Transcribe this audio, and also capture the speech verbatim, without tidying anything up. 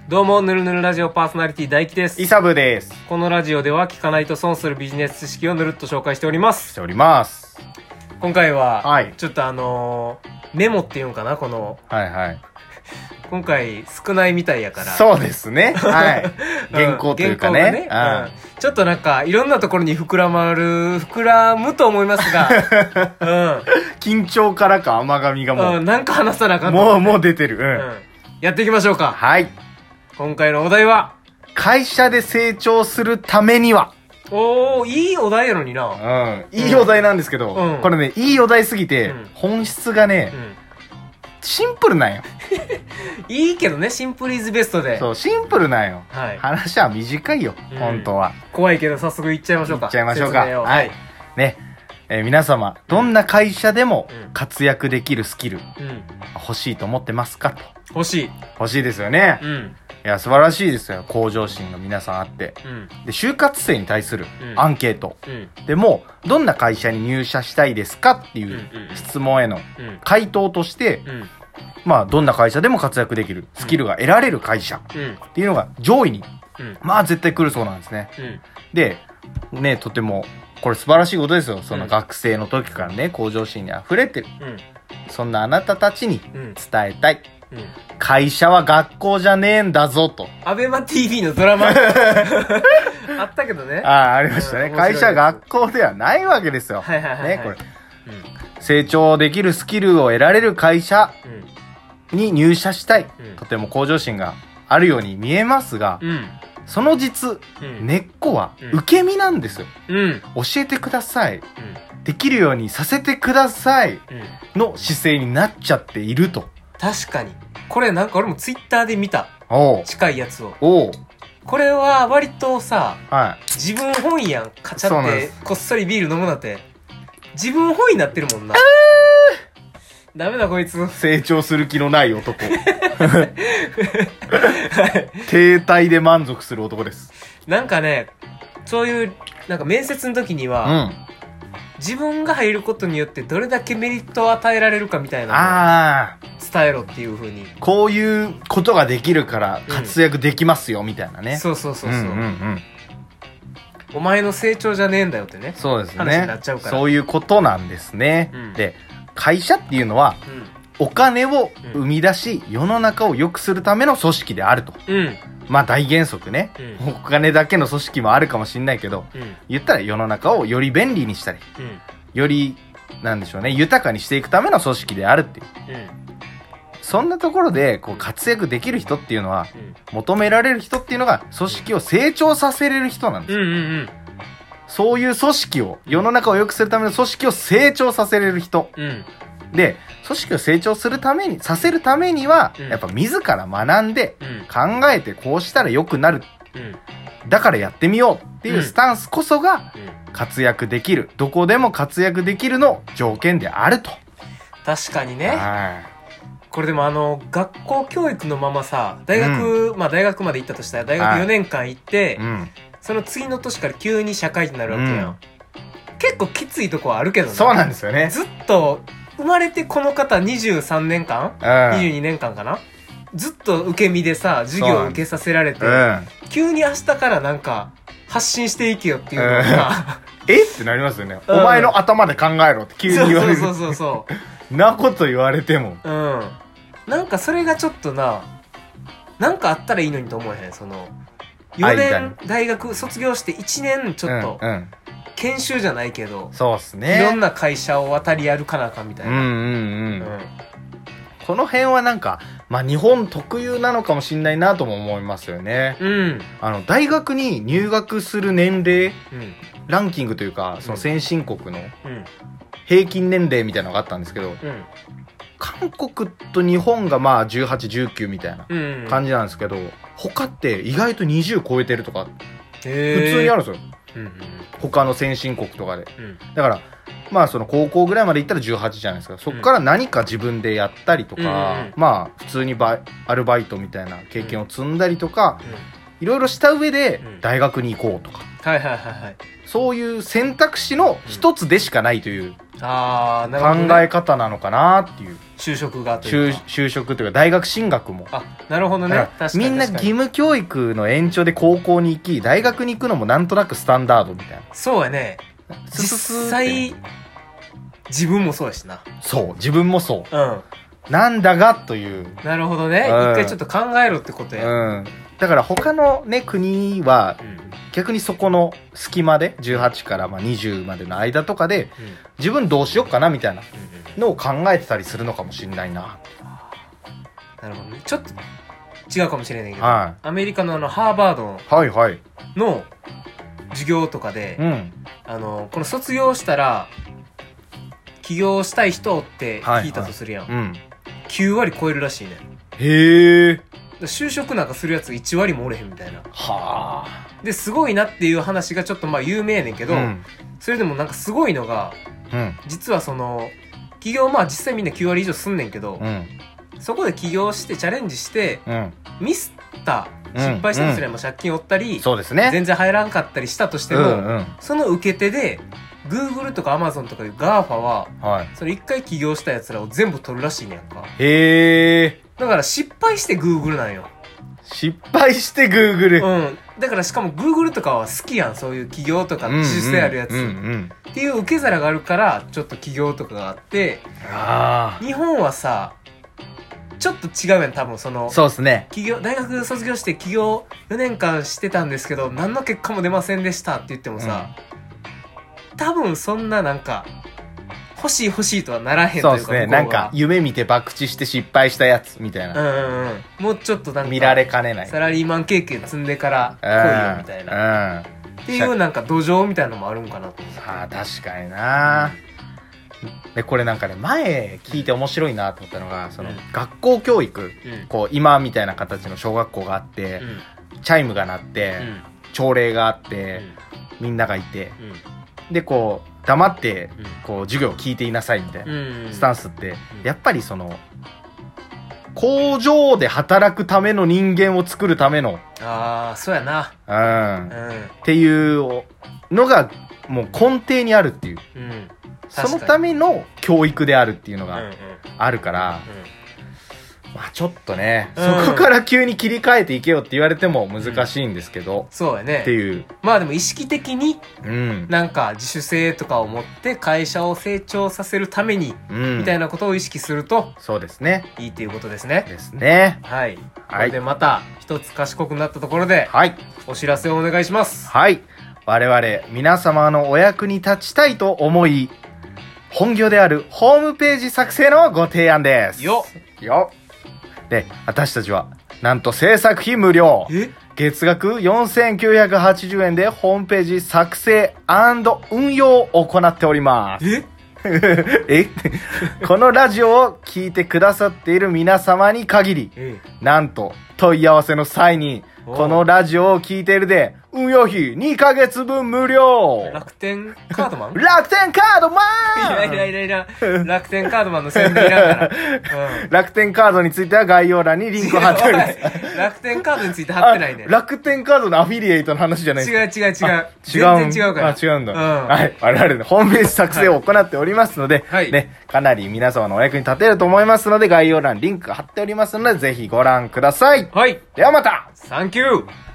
どうもぬるぬるラジオパーソナリティ大輝です。 イサブです。 このラジオでは聞かないと損するビジネス知識をぬるっと紹介しておりましす。 ております。 今回は、 はい、 ちょっとあのー、メモっていうんかな、このはいはい今回少ないみたいやから。 そうですね。はい。原稿というかね。 うん、原稿がね、うん、ちょっとなんかいろんなところに膨らまる膨らむと思いますが、うん、 緊張からか甘噛みがもう、 うん、なんか話さなあかんともうもう出てる。うん。うん、 やっていきましょうか。 はい。 今回のお題は会社で成長するためには。 おー、いいお題やのにな。 うん。いいお題なんですけど、うん、これね、いいお題すぎて、うん、本質がね、うん、シンプルなんよ。 いいけどね、シンプルイズベストで。 そう、シンプルなんよ。 はい。 話は短いよ、うん、本当は。 怖いけど早速いっちゃいましょうか。 いっちゃいましょうか。はい。 はい。 ね。えー、皆様、どんな会社でも活躍できるスキル、うん、欲しいと思ってますかと。 欲しい。 欲しいですよね。 うん。 いや、素晴らしいですよ。向上心が皆さんあって。うん、で、就活生に対するアンケート。うん、でも、どんな会社に入社したいですかっていう質問への回答として、うんうん、まあ、どんな会社でも活躍できるスキルが得られる会社っていうのが上位に、うん、まあ、絶対来るそうなんですね。うん、で、ね、とても、これ素晴らしいことですよ。その学生の時からね、向上心に溢れてる。うん、そんなあなたたちに伝えたい。うんうん、会社は学校じゃねえんだぞと。 アベマ ティービー のドラマあったけどね。 ああ、ありましたね。うん、会社は学校ではないわけですよ。 はいはいはい、はい。 ね、これ、うん。成長できるスキルを得られる会社に入社したい。うん、とても向上心があるように見えますが、うん、その実、うん、根っこは受け身なんですよ。うん、教えてください、うん。できるようにさせてください。の姿勢になっちゃっていると。 確かに。これなんか俺もツイッターで見た。近いやつを。 おこれは割とさ、 はい、 自分本位やん。カチャってこっそりビール飲むなって。自分本位になってるもんな。えー、ダメだこいつ。 成長する気のない男。停滞で満足する男です。 なんかね、そういう、なんか面接の時には、うん、自分が入ることによってどれだけメリットを与えられるかみたいなのを伝えろっていう風に。 こういうことができるから活躍できますよ、うん、みたいなね。 そうそうそうそう。うんうんうん、お前の成長じゃねえんだよってね。 そうですね。 話になっちゃうから。 そういうことなんですね。うん、で、会社っていうのは、うん、お金を生み出し、うん、世の中を良くするための組織であると。うん、まあ大原則ね、うん、お金だけの組織もあるかもしんないけど、うん、言ったら世の中をより便利にしたり、うん、より、なんでしょうね、豊かにしていくための組織であるっていう。うん、そんなところで、こう、活躍できる人っていうのは、うん、求められる人っていうのが、組織を成長させれる人なんですよ。うんうんうん、そういう組織を、世の中を良くするための組織を成長させれる人。うん、で、組織を成長するために、させるためには、うん、やっぱ自ら学んで、うん、考えてこうしたら良くなる。うん、だからやってみようっていうスタンスこそが、活躍できる。どこでも活躍できるの条件であると。 確かにね。はい。これでもあの、学校教育のままさ、大学、うん、まあ大学まで行ったとしたら、大学よねんかん行って、はい、うん、その次の年から急に社会人になるわけやん。うん、結構きついとこはあるけどね。 そうなんですよね。 ずっと、生まれてこの方にじゅうさんねんかん、うん、にじゅうにねんかんかな、ずっと受け身でさ、授業を受けさせられて、うん、急に明日からなんか、発信していけよっていうのが、うん、 えってなりますよね。うん、お前の頭で考えろって急に言われる。 そうそうそうそう。 なこと言われても。 うん。なんかそれがちょっとな、なんかあったらいいのにと思えへん。その、よねん大学卒業していちねんちょっと、うんうん、研修じゃないけど、 そうっすね。 いろんな会社を渡り歩かなあかんみたいな。うんうんうん。うん、 この辺はなんか、まあ日本特有なのかもしんないなとも思いますよね。うん。あの、大学に入学する年齢、うん、ランキングというか、その先進国の平均年齢みたいなのがあったんですけど、うん、韓国と日本がまあじゅうはち、じゅうきゅうみたいな感じなんですけど、うんうん、他って意外とにじゅう超えてるとか、普通にあるんですよ。うんうん、他の先進国とかで。うん、だから、まあその高校ぐらいまで行ったらじゅうはちじゃないですか。そっから何か自分でやったりとか、うん、まあ普通にバイアルバイトみたいな経験を積んだりとか、いろいろした上で大学に行こうとか、 はいはいはいはい。 そういう選択肢の一つでしかないというああ、なるほど、ね、 考え方なのかなっていう。 就職がというか。 就職というか大学進学も。 あ、なるほどね。確かにみんな義務教育の延長で高校に行き、大学に行くのもなんとなくスタンダードみたいな。 そうやね。実際、自分もそうやしな。 そう、自分もそう。 うん。 なんだがという。 なるほどね。うん、一回ちょっと考えろってことや。 うん。だから他のね、国は、うん、逆にそこの隙間で、じゅうはちからまあにじゅうまでの間とかで、うん、自分どうしよっかなみたいなのを考えてたりするのかもしれないな。 なるほどね。ちょっと違うかもしれないけど、はい、アメリカのあの、ハーバードの授業とかで、はいはい、あの、この卒業したら、起業したい人って聞いたとするやん。はいはい、うん、きゅうわり超えるらしいね。 へえ。 就職なんかするやついちわりもおれへんみたいな。 はあ。 で、すごいなっていう話がちょっとまあ有名やねんけど、うん、それでもなんかすごいのが、うん、実はその、起業まあ実際みんなきゅうわり以上すんねんけど、うん、そこで起業してチャレンジして、うん、ミスった、失敗したとすれば借金負ったり、 そうですね。 全然入らんかったりしたとしても、うんうん、その受け手で、Google とか Amazon とかいう ガーファ は、はい、それ一回起業したやつらを全部取るらしいねんか。 へー。 だから失敗して Google なんよ。 失敗して Google。 うん。だからしかも Google とかは好きやん。そういう起業とか自主性あるやつ、うんうんうんうん。っていう受け皿があるから、ちょっと起業とかがあって、あ日本はさ、ちょっと違うやん、多分その。 そうですね。 起業、大学卒業して起業よねんかんしてたんですけど、何の結果も出ませんでしたって言ってもさ、うん、多分そんななんか、欲しい欲しいとはならへんというか。 そうですね。なんか、夢見て博打して失敗したやつみたいな。 うんうんうん。もうちょっとなんか、 見られかねない。 サラリーマン経験積んでから来いよみたいな。うん。っていうなんか土壌みたいなのもあるんかなと思って。 ああ、確かにな、うん、で、これなんかね、前聞いて面白いなと思ったのが、その、うん、学校教育、うん、こう、今みたいな形の小学校があって、うん、チャイムが鳴って、うん、朝礼があって、うん、みんながいて、うん、で、こう、黙って、こう、授業を聞いていなさいみたいなスタンスって、やっぱりその、工場で働くための人間を作るための。 ああ、そうやな。 うん。うん、っていうのが、もう根底にあるっていう。うん、そのための教育であるっていうのがあるから、うんうんまあちょっとね、うん、そこから急に切り替えていけよって言われても難しいんですけど、うん、 そうやねっていう。 まあでも意識的に、うん、なんか自主性とかを持って会社を成長させるために、うん、みたいなことを意識すると、 そうですね。 いいっていうことですね。 ですね。 はい。これでまた一つ賢くなったところで、はい。お知らせをお願いします。 はい。我々皆様のお役に立ちたいと思い、本業であるホームページ作成のご提案です。 よっ。よっ。で、私たちは、なんと制作費無料。月額よんせんきゅうひゃくはちじゅうえんでホームページ作成&運用を行っております。ええこのラジオを聞いてくださっている皆様に限り、なんと問い合わせの際に、このラジオを聞いているで、運用費にかげつぶん無料。 楽天カードマン楽天カードマンいらいらいらいら。楽天カードマンの宣伝いらんから、 うん。楽天カードについては概要欄にリンクを貼っております。 楽天カードについて貼ってないね。 楽天カードのアフィリエイトの話じゃないですか。違う違う違う。全然違うから。 あ、違うんだ。うん、はい。我々のホームページ作成を行っておりますので、はい、ね、かなり皆様のお役に立てると思いますので、概要欄リンク貼っておりますので、ぜひご覧ください。 はい。 ではまたサンキュー